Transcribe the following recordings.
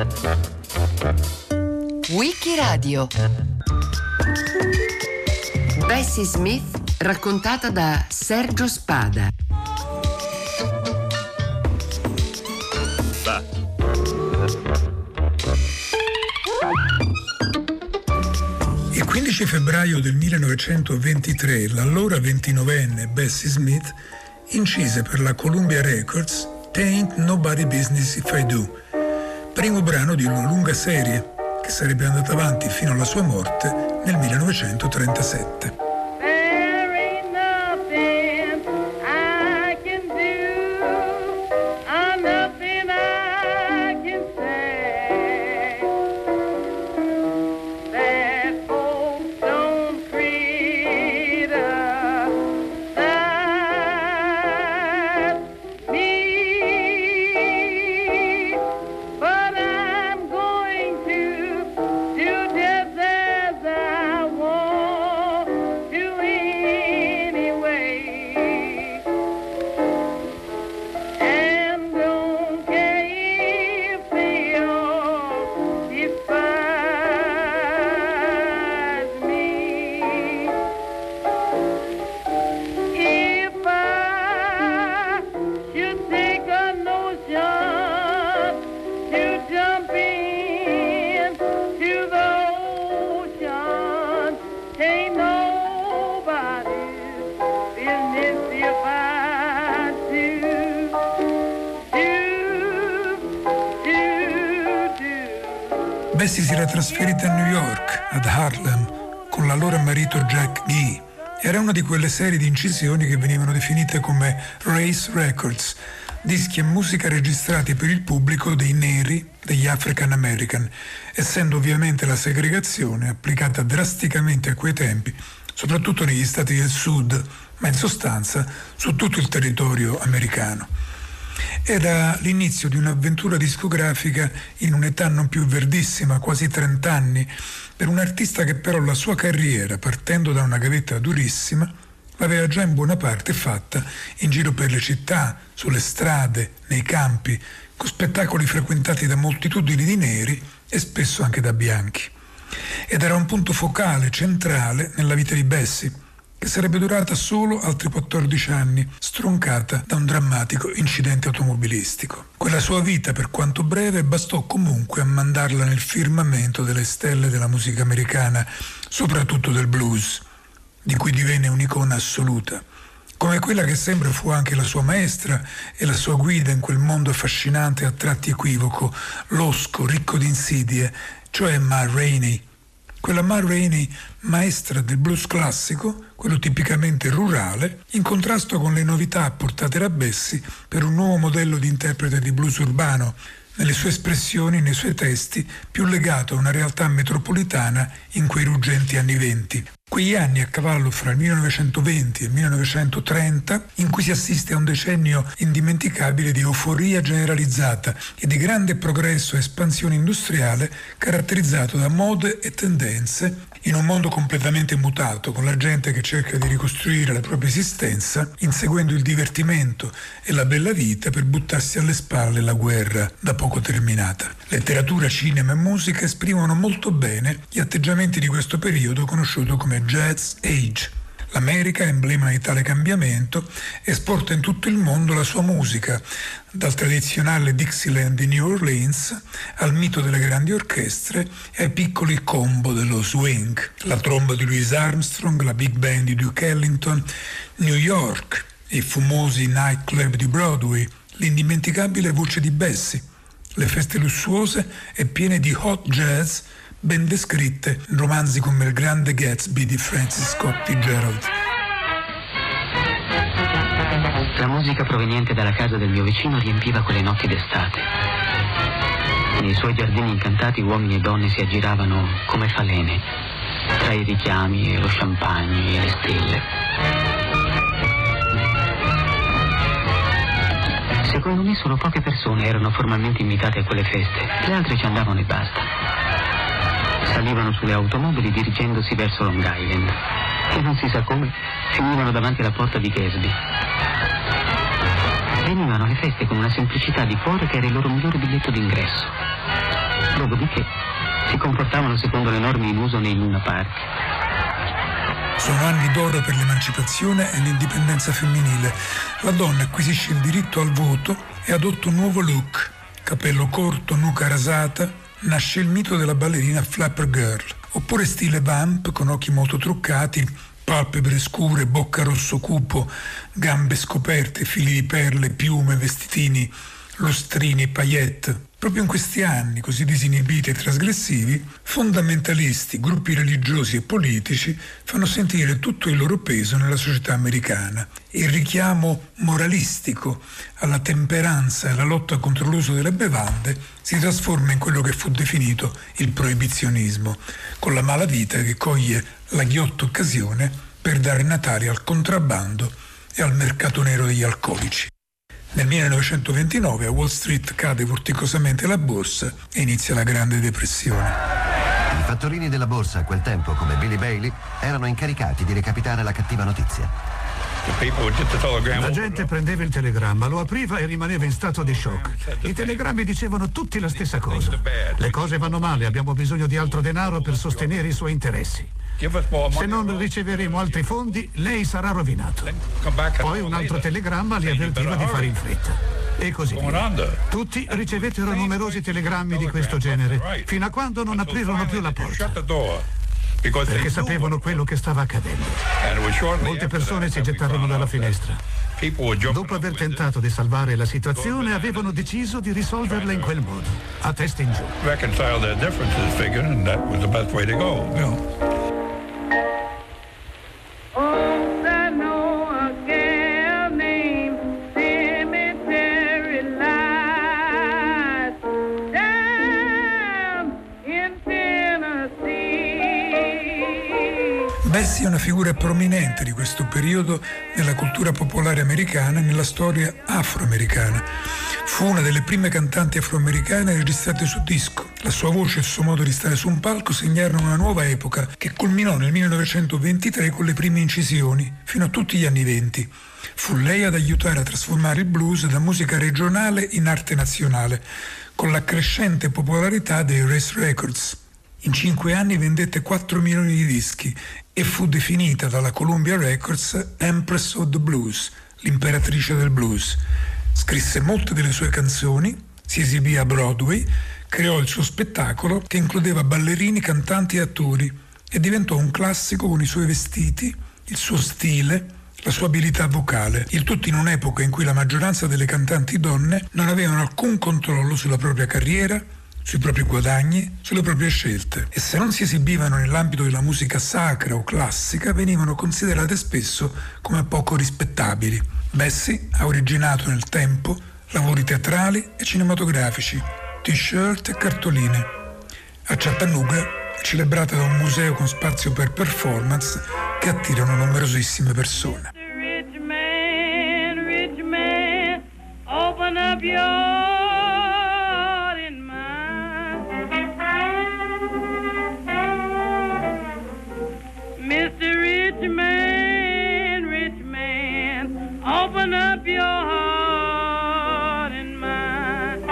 Wikiradio. Bessie Smith raccontata da Sergio Spada. Il 15 febbraio del 1923 l'allora 29enne Bessie Smith incise per la Columbia Records "Tain't Nobody Business If I Do", primo brano di una lunga serie che sarebbe andata avanti fino alla sua morte nel 1937. Bessie si era trasferita a New York, ad Harlem, con l'allora marito Jack Gee. Era una di quelle serie di incisioni che venivano definite come race records, dischi e musica registrati per il pubblico dei neri, degli African American, essendo ovviamente la segregazione applicata drasticamente a quei tempi, soprattutto negli stati del sud, ma in sostanza su tutto il territorio americano. Era l'inizio di un'avventura discografica in un'età non più verdissima, quasi 30 anni, per un artista che però la sua carriera, partendo da una gavetta durissima, l'aveva già in buona parte fatta in giro per le città, sulle strade, nei campi, con spettacoli frequentati da moltitudini di neri e spesso anche da bianchi. Ed era un punto focale, centrale, nella vita di Bessie, che sarebbe durata solo altri 14 anni, stroncata da un drammatico incidente automobilistico. Quella sua vita, per quanto breve, bastò comunque a mandarla nel firmamento delle stelle della musica americana, soprattutto del blues, di cui divenne un'icona assoluta, come quella che sempre fu anche la sua maestra e la sua guida in quel mondo affascinante e a tratti equivoco, losco, ricco di insidie, cioè Ma Rainey. Quella Ma Rainey, maestra del blues classico, quello tipicamente rurale, in contrasto con le novità apportate da Bessie per un nuovo modello di interprete di blues urbano, nelle sue espressioni, nei suoi testi, più legato a una realtà metropolitana in quei ruggenti anni '20. Quegli anni a cavallo fra il 1920 e il 1930, in cui si assiste a un decennio indimenticabile di euforia generalizzata e di grande progresso e espansione industriale caratterizzato da mode e tendenze in un mondo completamente mutato, con la gente che cerca di ricostruire la propria esistenza, inseguendo il divertimento e la bella vita per buttarsi alle spalle la guerra da poco terminata. Letteratura, cinema e musica esprimono molto bene gli atteggiamenti di questo periodo conosciuto come Jazz Age. L'America, emblema di tale cambiamento, esporta in tutto il mondo la sua musica, dal tradizionale Dixieland di New Orleans al mito delle grandi orchestre e ai piccoli combo dello swing, la tromba di Louis Armstrong, la big band di Duke Ellington, New York, i fumosi nightclub di Broadway, l'indimenticabile voce di Bessie, le feste lussuose e piene di hot jazz ben descritte in romanzi come Il grande Gatsby di Francis Scott Fitzgerald. La musica proveniente dalla casa del mio vicino riempiva quelle notti d'estate. Nei suoi giardini incantati uomini e donne si aggiravano come falene, tra i richiami e lo champagne e le stelle. Secondo me solo poche persone erano formalmente invitate a quelle feste, le altre ci andavano e basta. Salivano sulle automobili dirigendosi verso Long Island e non si sa come finivano davanti alla porta di Gatsby. Venivano alle feste con una semplicità di cuore che era il loro migliore biglietto d'ingresso. Dopodiché si comportavano secondo le norme in uso nei Luna Park. Sono anni d'oro per l'emancipazione e l'indipendenza femminile. La donna acquisisce il diritto al voto e adotta un nuovo look. Capello corto, nuca rasata, nasce il mito della ballerina Flapper Girl. Oppure stile vamp con occhi molto truccati, palpebre scure, bocca rosso cupo, gambe scoperte, fili di perle, piume, vestitini, lustrini, paillette. Proprio in questi anni così disinibiti e trasgressivi, fondamentalisti, gruppi religiosi e politici fanno sentire tutto il loro peso nella società americana. Il richiamo moralistico alla temperanza e alla lotta contro l'uso delle bevande si trasforma in quello che fu definito il proibizionismo, con la malavita che coglie la ghiotta occasione per dare natali al contrabbando e al mercato nero degli alcolici. Nel 1929 a Wall Street cade vorticosamente la borsa e inizia la Grande Depressione. I fattorini della borsa a quel tempo, come Billy Bailey, erano incaricati di recapitare la cattiva notizia. La gente prendeva il telegramma, lo apriva e rimaneva in stato di shock. I telegrammi dicevano tutti la stessa cosa. Le cose vanno male, abbiamo bisogno di altro denaro per sostenere i suoi interessi. Se non riceveremo altri fondi, lei sarà rovinato. Poi un altro telegramma li avvertiva di fare in fretta. E così via. Tutti ricevettero numerosi telegrammi di questo genere, fino a quando non aprirono più la porta. Perché sapevano quello che stava accadendo. Molte persone si gettarono dalla finestra. Dopo aver tentato di salvare la situazione, avevano deciso di risolverla in quel modo, a testa in giù. Bessie è una figura prominente di questo periodo nella cultura popolare americana e nella storia afroamericana. Fu una delle prime cantanti afroamericane registrate su disco. La sua voce e il suo modo di stare su un palco segnarono una nuova epoca che culminò nel 1923 con le prime incisioni, fino a tutti gli anni '20. Fu lei ad aiutare a trasformare il blues da musica regionale in arte nazionale, con la crescente popolarità dei Race Records. In 5 anni vendette 4 milioni di dischi e fu definita dalla Columbia Records Empress of the Blues, l'imperatrice del blues. Scrisse molte delle sue canzoni, si esibì a Broadway, creò il suo spettacolo che includeva ballerini, cantanti e attori e diventò un classico con i suoi vestiti, il suo stile, la sua abilità vocale, il tutto in un'epoca in cui la maggioranza delle cantanti donne non avevano alcun controllo sulla propria carriera, sui propri guadagni, sulle proprie scelte, e se non si esibivano nell'ambito della musica sacra o classica venivano considerate spesso come poco rispettabili. Bessie ha originato nel tempo lavori teatrali e cinematografici, t-shirt e cartoline. A Chattanooga è celebrata da un museo con spazio per performance che attirano numerosissime persone. Rich man, open up your Mr. Rich man, open up your heart and mind.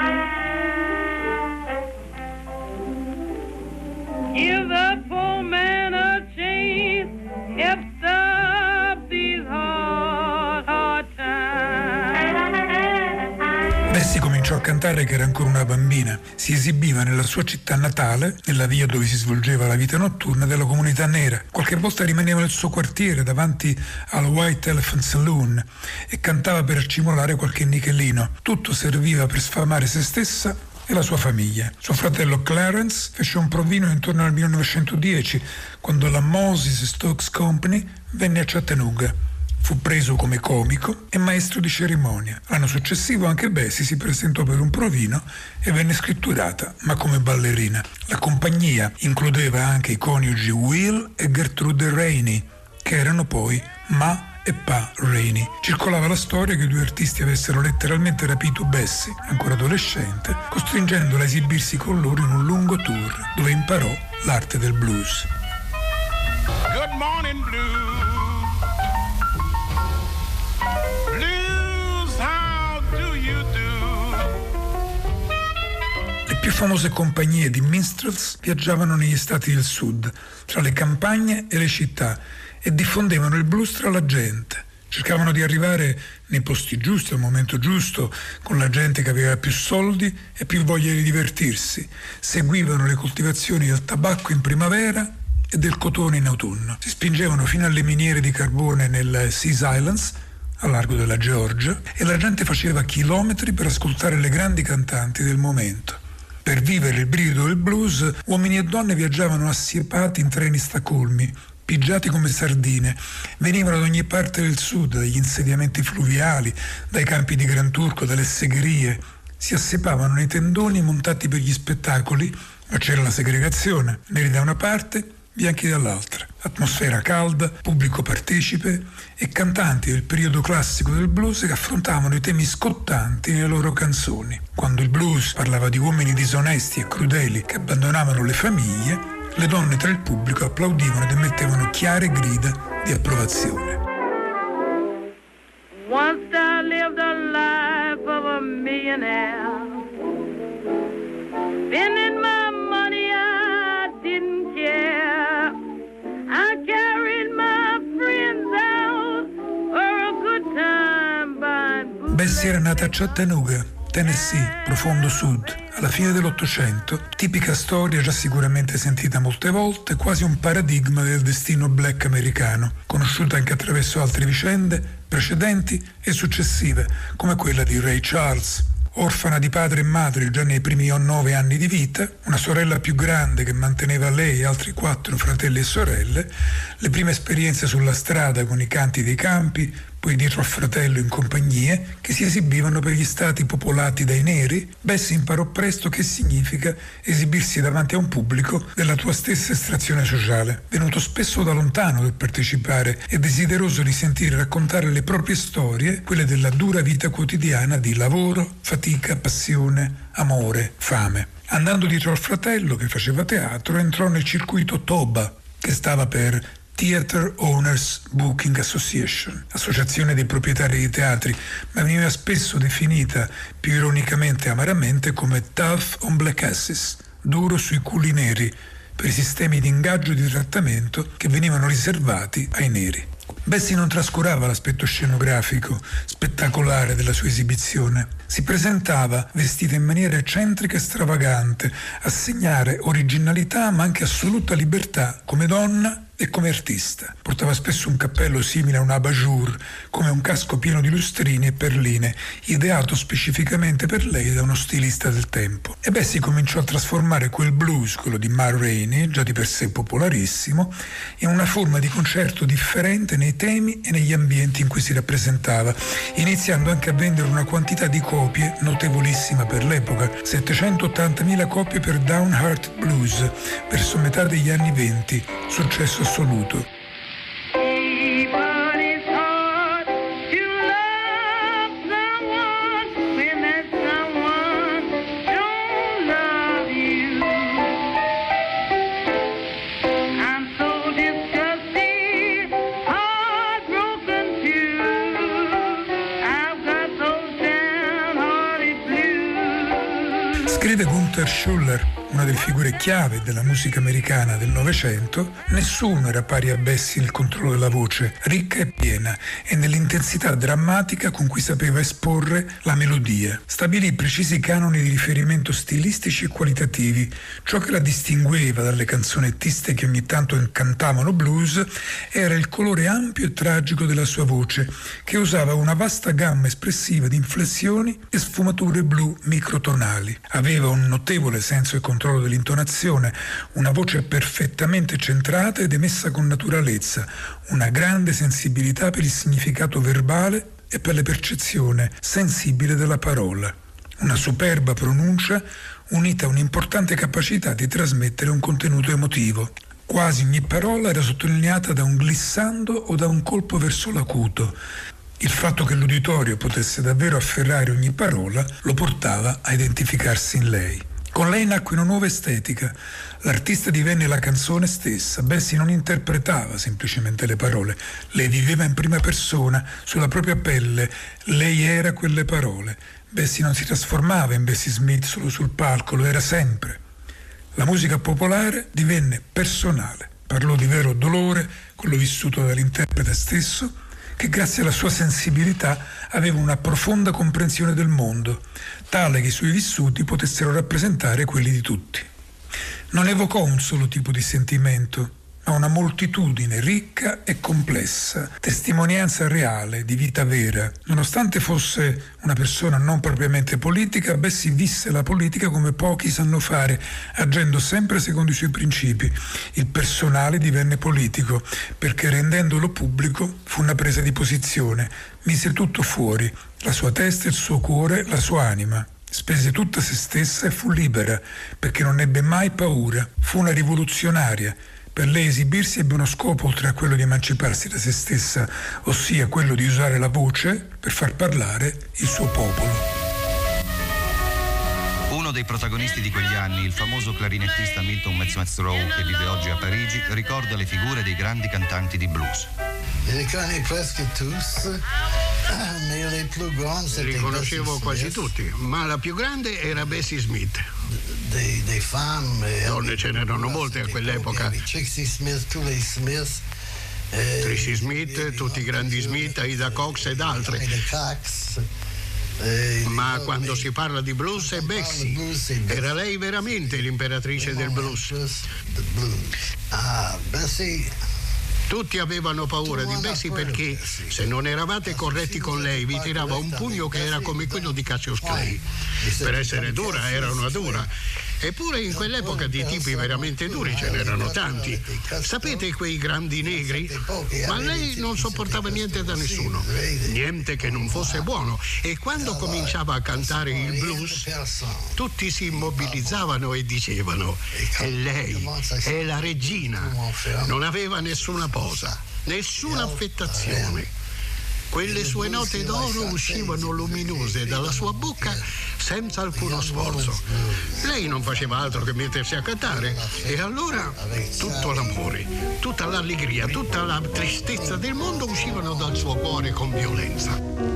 Give the poor man a chance, help stop these hard times. Bessie cominciò a cantare che era ancora una bambina. Si esibiva nella sua città natale, nella via dove si svolgeva la vita notturna della comunità nera. Qualche volta rimaneva nel suo quartiere davanti al White Elephant Saloon e cantava per accumulare qualche nichelino. Tutto serviva per sfamare se stessa e la sua famiglia. Suo fratello Clarence fece un provino intorno al 1910, quando la Moses Stokes Company venne a Chattanooga. Fu preso come comico e maestro di cerimonia. L'anno successivo anche Bessie si presentò per un provino e venne scritturata, ma come ballerina. La compagnia includeva anche i coniugi Will e Gertrude Rainey, che erano poi Ma e Pa Rainey. Circolava la storia che i due artisti avessero letteralmente rapito Bessie, ancora adolescente, costringendola a esibirsi con loro in un lungo tour, dove imparò l'arte del blues. Good morning, blues. più famose compagnie di minstrels viaggiavano negli stati del sud, tra le campagne e le città, e diffondevano il blues tra la gente. Cercavano di arrivare nei posti giusti, al momento giusto, con la gente che aveva più soldi e più voglia di divertirsi. Seguivano le coltivazioni del tabacco in primavera e del cotone in autunno. Si spingevano fino alle miniere di carbone nel Seas Islands, a largo della Georgia, e la gente faceva chilometri per ascoltare le grandi cantanti del momento. Per vivere il brivido del blues, uomini e donne viaggiavano assiepati in treni stracolmi, pigiati come sardine. Venivano da ogni parte del sud, dagli insediamenti fluviali, dai campi di Gran Turco, dalle segherie. Si assiepavano nei tendoni montati per gli spettacoli, ma c'era la segregazione, neri da una parte, bianchi dall'altra. Atmosfera calda, pubblico partecipe e cantanti del periodo classico del blues che affrontavano i temi scottanti nelle loro canzoni. Quando il blues parlava di uomini disonesti e crudeli che abbandonavano le famiglie, le donne tra il pubblico applaudivano ed emettevano chiare grida di approvazione. Once I lived a life of a millionaire, spending my money I didn't care. I carried my friends out for a good time buying booze. Bessie era nata a Chattanooga, Tennessee, profondo sud, alla fine dell'Ottocento, tipica storia già sicuramente sentita molte volte, quasi un paradigma del destino black americano, conosciuta anche attraverso altre vicende precedenti e successive, come quella di Ray Charles. Orfana di padre e madre già nei primi 9 anni di vita, una sorella più grande che manteneva lei e altri 4 fratelli e sorelle, le prime esperienze sulla strada con i canti dei campi, poi dietro al fratello in compagnie, che si esibivano per gli stati popolati dai neri, Bessie imparò presto che significa esibirsi davanti a un pubblico della tua stessa estrazione sociale, venuto spesso da lontano per partecipare e desideroso di sentire raccontare le proprie storie, quelle della dura vita quotidiana di lavoro, fatica, passione, amore, fame. Andando dietro al fratello che faceva teatro, entrò nel circuito TOBA, che stava per Theatre Owners Booking Association, associazione dei proprietari di teatri, ma veniva spesso definita più ironicamente e amaramente come tough on black asses, duro sui culi neri, per i sistemi di ingaggio e di trattamento che venivano riservati ai neri. Bessie non trascurava l'aspetto scenografico, spettacolare della sua esibizione. Si presentava vestita in maniera eccentrica e stravagante, a segnare originalità ma anche assoluta libertà come donna e come artista. Portava spesso un cappello simile a un abat-jour, come un casco pieno di lustrini e perline, ideato specificamente per lei da uno stilista del tempo. E Bessie cominciò a trasformare quel blues, quello di Ma Rainey, già di per sé popolarissimo, in una forma di concerto differente nei temi e negli ambienti in cui si rappresentava, iniziando anche a vendere una quantità di copie notevolissima per l'epoca, 780.000 copie per Downheart Blues, verso metà degli anni 20, successo assoluto. Scrive Gunther Schuller, una delle figure chiave della musica americana del Novecento, nessuno era pari a Bessie nel controllo della voce, ricca e piena, e nell'intensità drammatica con cui sapeva esporre la melodia. Stabilì precisi canoni di riferimento stilistici e qualitativi. Ciò che la distingueva dalle canzonettiste che ogni tanto cantavano blues era il colore ampio e tragico della sua voce, che usava una vasta gamma espressiva di inflessioni e sfumature blu microtonali. Aveva un notevole senso e controllo dell'intonazione, una voce perfettamente centrata ed emessa con naturalezza, una grande sensibilità per il significato verbale e per la percezione sensibile della parola, una superba pronuncia unita a un'importante capacità di trasmettere un contenuto emotivo. Quasi ogni parola era sottolineata da un glissando o da un colpo verso l'acuto. Il fatto che l'uditorio potesse davvero afferrare ogni parola lo portava a identificarsi in lei. Con lei nacque una nuova estetica. L'artista divenne la canzone stessa. Bessie non interpretava semplicemente le parole, le viveva in prima persona, sulla propria pelle. Lei era quelle parole. Bessie non si trasformava in Bessie Smith solo sul palco, lo era sempre. La musica popolare divenne personale, parlò di vero dolore, quello vissuto dall'interprete stesso, che grazie alla sua sensibilità aveva una profonda comprensione del mondo, tale che i suoi vissuti potessero rappresentare quelli di tutti. Non evocò un solo tipo di sentimento, ma una moltitudine ricca e complessa, testimonianza reale di vita vera. Nonostante fosse una persona non propriamente politica, Bessie visse la politica come pochi sanno fare, agendo sempre secondo i suoi principi. Il personale divenne politico, perché rendendolo pubblico fu una presa di posizione, mise tutto fuori, la sua testa, il suo cuore, la sua anima. Spese tutta se stessa e fu libera, perché non ebbe mai paura. Fu una rivoluzionaria. Per lei esibirsi ebbe uno scopo oltre a quello di emanciparsi da se stessa, ossia quello di usare la voce per far parlare il suo popolo. Uno dei protagonisti di quegli anni, il famoso clarinettista Milton Metzrow, che vive oggi a Parigi, ricorda le figure dei grandi cantanti di blues. Li conoscevo quasi tutti, ma la più grande era Bessie Smith. Donne ce n'erano molte a quell'epoca. Tracy Smith, tutti i grandi Smith, Ada Cox ed altre. Ma quando si parla di blues è Bessie. Era lei veramente l'imperatrice del blues. Tutti avevano paura di Bessie perché se non eravate corretti con lei vi tirava un pugno che era come quello di Cassius Clay. Per essere dura era una dura. Eppure in quell'epoca di tipi veramente duri ce n'erano tanti. Sapete quei grandi negri? Ma lei non sopportava niente da nessuno, niente che non fosse buono. E quando cominciava a cantare il blues, tutti si immobilizzavano e dicevano: è lei, è la regina. Non aveva nessuna posa, nessuna affettazione. Quelle sue note d'oro uscivano luminose dalla sua bocca senza alcuno sforzo. Lei non faceva altro che mettersi a cantare e allora tutto l'amore, tutta l'allegria, tutta la tristezza del mondo uscivano dal suo cuore con violenza.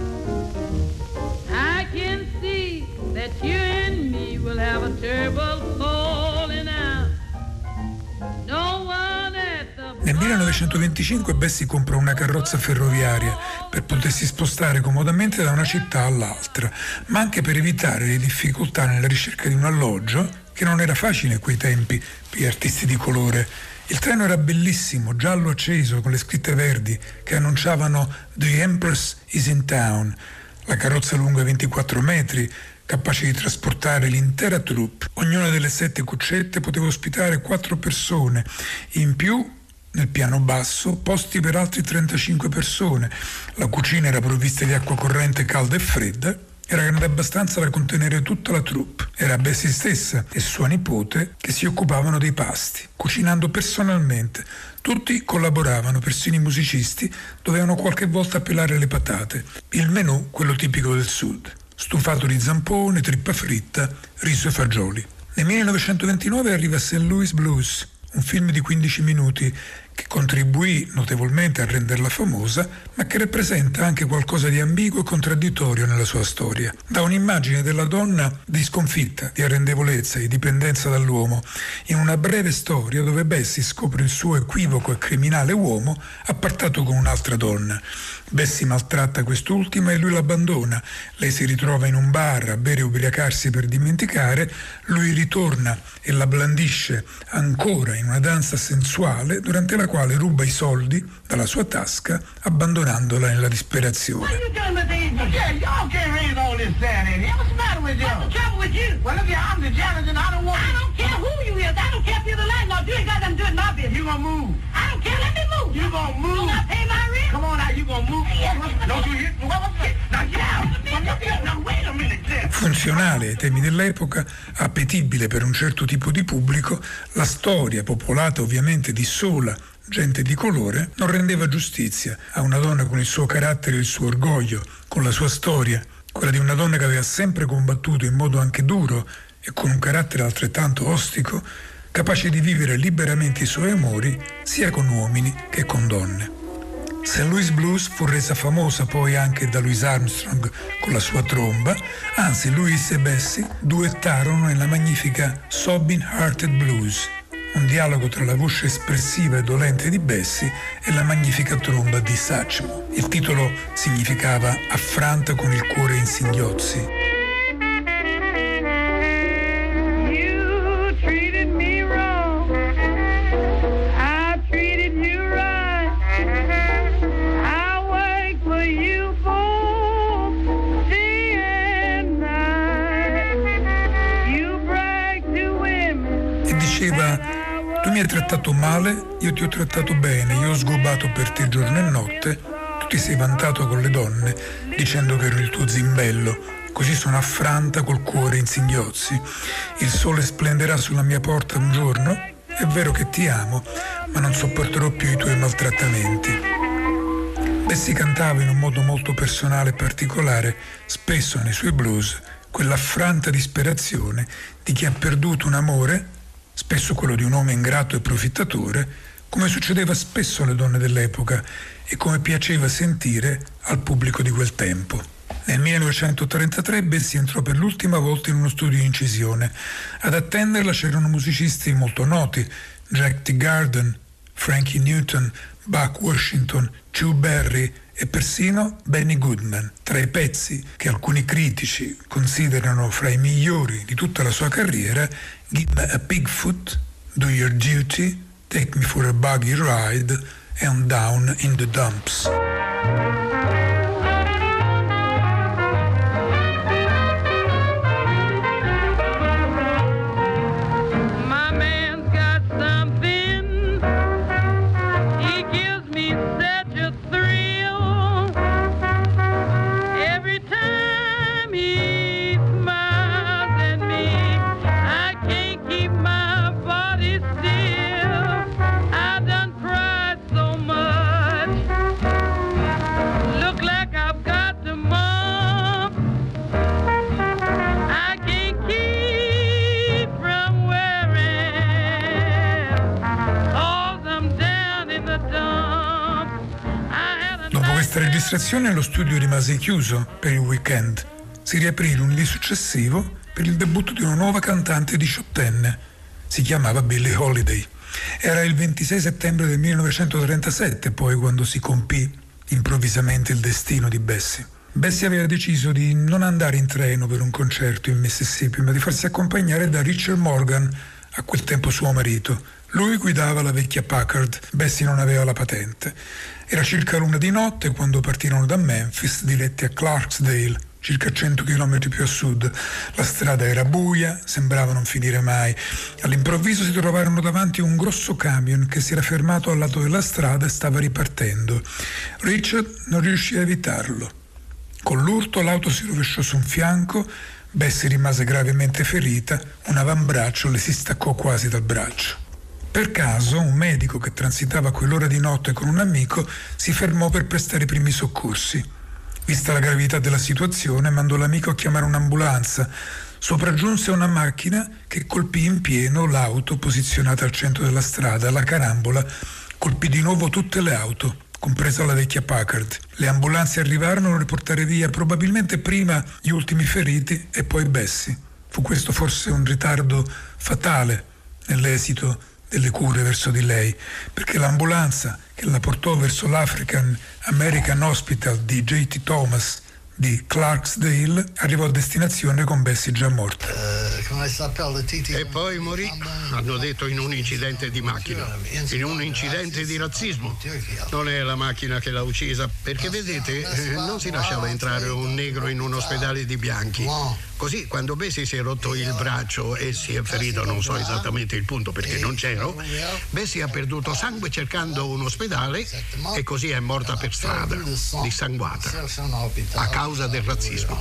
I can see that you and me will have a terrible falling out. No one at the Nel 1925 Bessie comprò una carrozza ferroviaria per potersi spostare comodamente da una città all'altra, ma anche per evitare le difficoltà nella ricerca di un alloggio, che non era facile a quei tempi per gli artisti di colore. Il treno era bellissimo, giallo acceso, con le scritte verdi che annunciavano "The Empress is in town". La carrozza lunga 24 metri, capace di trasportare l'intera troupe. Ognuna delle 7 cuccette poteva ospitare 4 persone. In più, nel piano basso, posti per altri 35 persone. La cucina era provvista di acqua corrente calda e fredda. Era grande abbastanza da contenere tutta la troupe. Era Bessie stessa e sua nipote che si occupavano dei pasti, cucinando personalmente. Tutti collaboravano, persino i musicisti dovevano qualche volta pelare le patate. Il menù, quello tipico del sud: stufato di zampone, trippa fritta, riso e fagioli. Nel 1929 arriva St. Louis Blues, un film di 15 minuti che contribuì notevolmente a renderla famosa, ma che rappresenta anche qualcosa di ambiguo e contraddittorio nella sua storia. Dà un'immagine della donna di sconfitta, di arrendevolezza, di dipendenza dall'uomo, in una breve storia dove Bessie scopre il suo equivoco e criminale uomo appartato con un'altra donna. Bessie maltratta quest'ultima e lui l'abbandona. Lei si ritrova in un bar a bere e ubriacarsi per dimenticare, lui ritorna e la blandisce ancora in una danza sensuale durante la quale ruba i soldi dalla sua tasca abbandonandola nella disperazione. Funzionale ai temi dell'epoca, appetibile per un certo tipo di pubblico, la storia, popolata ovviamente di sola gente di colore, non rendeva giustizia a una donna con il suo carattere e il suo orgoglio, con la sua storia, quella di una donna che aveva sempre combattuto in modo anche duro e con un carattere altrettanto ostico, capace di vivere liberamente i suoi amori sia con uomini che con donne. St. Louis Blues fu resa famosa poi anche da Louis Armstrong con la sua tromba, anzi Louis e Bessie duettarono nella magnifica Sobbing Hearted Blues, un dialogo tra la voce espressiva e dolente di Bessie e la magnifica tromba di Satchmo. Il titolo significava affranta con il cuore in singhiozzi. Tu mi hai trattato male, io ti ho trattato bene, io ho sgobato per te giorno e notte, tu ti sei vantato con le donne dicendo che ero il tuo zimbello, così sono affranta col cuore in singhiozzi. Il sole splenderà sulla mia porta un giorno, è vero che ti amo, ma non sopporterò più i tuoi maltrattamenti. Bessie cantava in un modo molto personale e particolare, spesso nei suoi blues, quell'affranta disperazione di chi ha perduto un amore, spesso quello di un uomo ingrato e profittatore, come succedeva spesso alle donne dell'epoca e come piaceva sentire al pubblico di quel tempo. Nel 1933 Bessie entrò per l'ultima volta in uno studio di incisione. Ad attenderla c'erano musicisti molto noti, Jack Teagarden, Frankie Newton, Buck Washington, Chu Berry e persino Benny Goodman, tra i pezzi che alcuni critici considerano fra i migliori di tutta la sua carriera: Give Me a Bigfoot, Do Your Duty, Take Me for a Buggy Ride and Down in the Dumps. Questa registrazione lo studio rimase chiuso per il weekend. Si riaprì lunedì successivo per il debutto di una nuova cantante diciottenne. Si chiamava Billie Holiday. Era il 26 settembre del 1937 poi quando si compì improvvisamente il destino di Bessie. Bessie aveva deciso di non andare in treno per un concerto in Mississippi, ma di farsi accompagnare da Richard Morgan, a quel tempo suo marito. Lui guidava la vecchia Packard, Bessie non aveva la patente. Era circa l'una di notte quando partirono da Memphis diretti a Clarksdale, circa 100 km più a sud. La strada era buia, sembrava non finire mai. All'improvviso si trovarono davanti un grosso camion che si era fermato al lato della strada e stava ripartendo. Richard non riuscì a evitarlo. Con l'urto l'auto si rovesciò su un fianco, Bessie rimase gravemente ferita, un avambraccio le si staccò quasi dal braccio. Per caso un medico che transitava quell'ora di notte con un amico si fermò per prestare i primi soccorsi. Vista la gravità della situazione, mandò l'amico a chiamare un'ambulanza. Sopraggiunse una macchina che colpì in pieno l'auto posizionata al centro della strada. La carambola colpì di nuovo tutte le auto, compresa la vecchia Packard. Le ambulanze arrivarono a riportare via probabilmente prima gli ultimi feriti e poi Bessie. Fu questo forse un ritardo fatale nell'esito delle cure verso di lei, perché l'ambulanza che la portò verso l'African American Hospital di J.T. Thomas di Clarksdale arrivò a destinazione con Bessie già morta. E poi morì, hanno detto, in un incidente di macchina, in un incidente di razzismo. Non è la macchina che l'ha uccisa, perché vedete, non si lasciava entrare un negro in un ospedale di bianchi. Così, quando Bessie si è rotto il braccio e si è ferito, non so esattamente il punto perché non c'ero, Bessie ha perduto sangue cercando un ospedale e così è morta per strada, dissanguata, a causa del razzismo.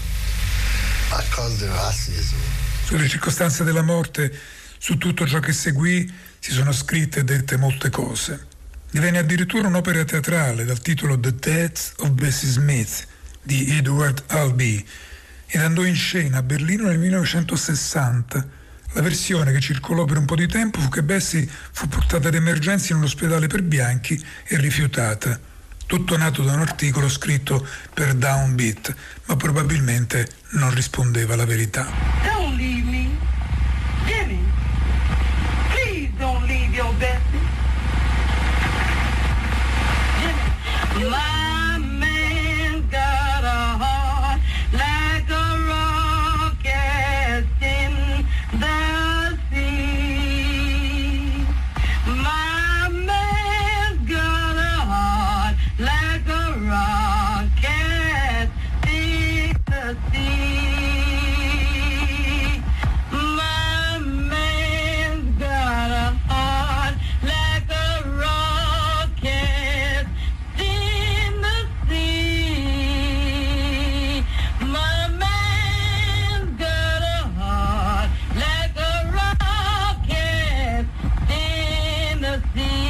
Sulle circostanze della morte, su tutto ciò che seguì, si sono scritte e dette molte cose. Divenne addirittura un'opera teatrale dal titolo The Death of Bessie Smith di Edward Albee ed andò in scena a Berlino nel 1960. La versione che circolò per un po' di tempo fu che Bessie fu portata d'emergenza in un ospedale per bianchi e rifiutata. tutto nato da un articolo scritto per Downbeat, ma probabilmente non rispondeva alla verità. Don't leave me. Jimmy, please don't leave your Bessie. Jimmy, my man got a heart like a rock cast in the sea. My man got a heart like a rock cast in the sea. My man's got a heart like a rock cast in the sea. My man's got a heart like a rock cast in the sea.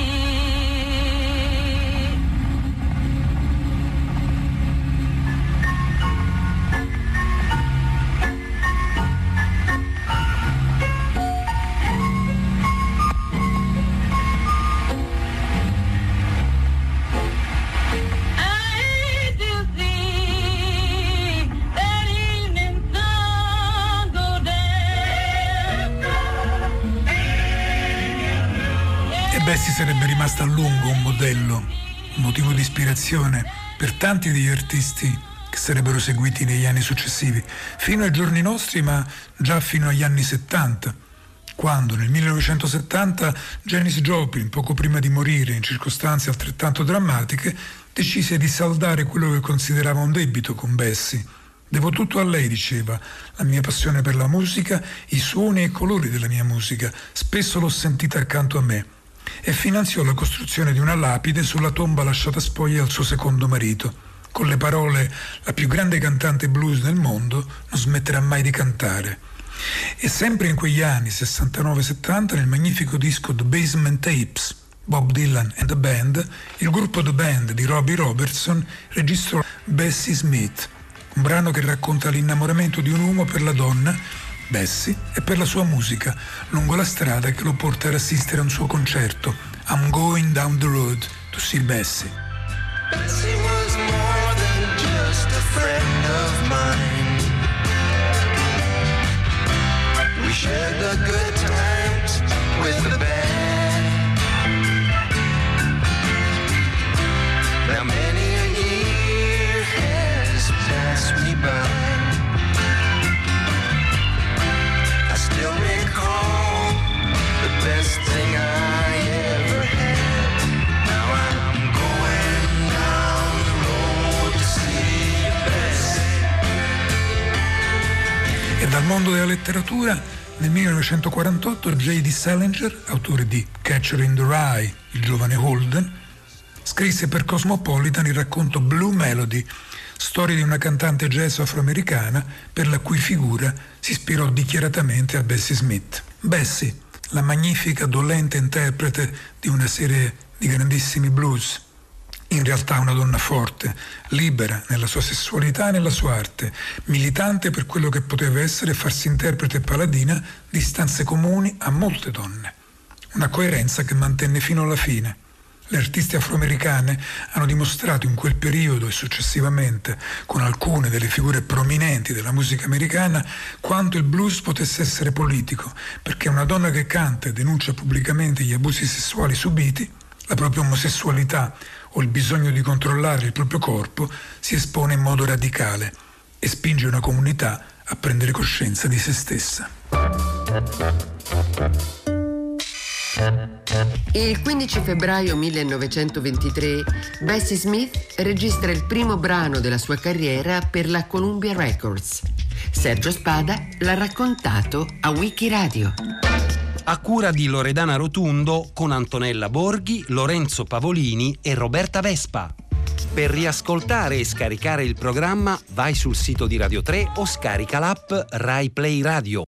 I hate to see that evening sun go down. E Bessie sarebbe rimasta a lungo un modello, un motivo di ispirazione per tanti degli artisti che sarebbero seguiti negli anni successivi, fino ai giorni nostri, ma già fino agli anni 70, quando nel 1970 Janis Joplin, poco prima di morire in circostanze altrettanto drammatiche, decise di saldare quello che considerava un debito con Bessie. Devo tutto a lei, diceva, la mia passione per la musica, i suoni e i colori della mia musica, spesso l'ho sentita accanto a me. E finanziò la costruzione di una lapide sulla tomba lasciata spoglia al suo secondo marito, con le parole: la più grande cantante blues del mondo non smetterà mai di cantare. E sempre in quegli anni 69-70, nel magnifico disco The Basement Tapes, Bob Dylan and the Band, il gruppo The Band di Robbie Robertson registrò Bessie Smith, un brano che racconta l'innamoramento di un uomo per la donna, Bessie, e per la sua musica, lungo la strada che lo porta ad assistere a un suo concerto, I'm Going Down the Road to See Bessie. Bessie was more than just a friend of mine. We shared the good times with the band. Now many a year has passed me by. I still recall the best thing I ever had. Now I'm going down the road to see Bessie. E dal mondo della letteratura, nel 1948 J.D. Salinger, autore di Catcher in the Rye, il giovane Holden, scrisse per Cosmopolitan il racconto Blue Melody, storia di una cantante jazz afroamericana per la cui figura si ispirò dichiaratamente a Bessie Smith. Bessie, la magnifica, dolente interprete di una serie di grandissimi blues. In realtà una donna forte, libera nella sua sessualità e nella sua arte, militante per quello che poteva essere farsi interprete e paladina di istanze comuni a molte donne. Una coerenza che mantenne fino alla fine. Le artiste afroamericane hanno dimostrato in quel periodo e successivamente, con alcune delle figure prominenti della musica americana, quanto il blues potesse essere politico, perché una donna che canta e denuncia pubblicamente gli abusi sessuali subiti, la propria omosessualità o il bisogno di controllare il proprio corpo, si espone in modo radicale e spinge una comunità a prendere coscienza di se stessa. Il 15 febbraio 1923 Bessie Smith registra il primo brano della sua carriera per la Columbia Records. Sergio Spada l'ha raccontato a Wikiradio. A cura di Loredana Rotundo, con Antonella Borghi, Lorenzo Pavolini e Roberta Vespa. Per riascoltare e scaricare il programma vai sul sito di Radio 3 o scarica l'app Rai Play Radio.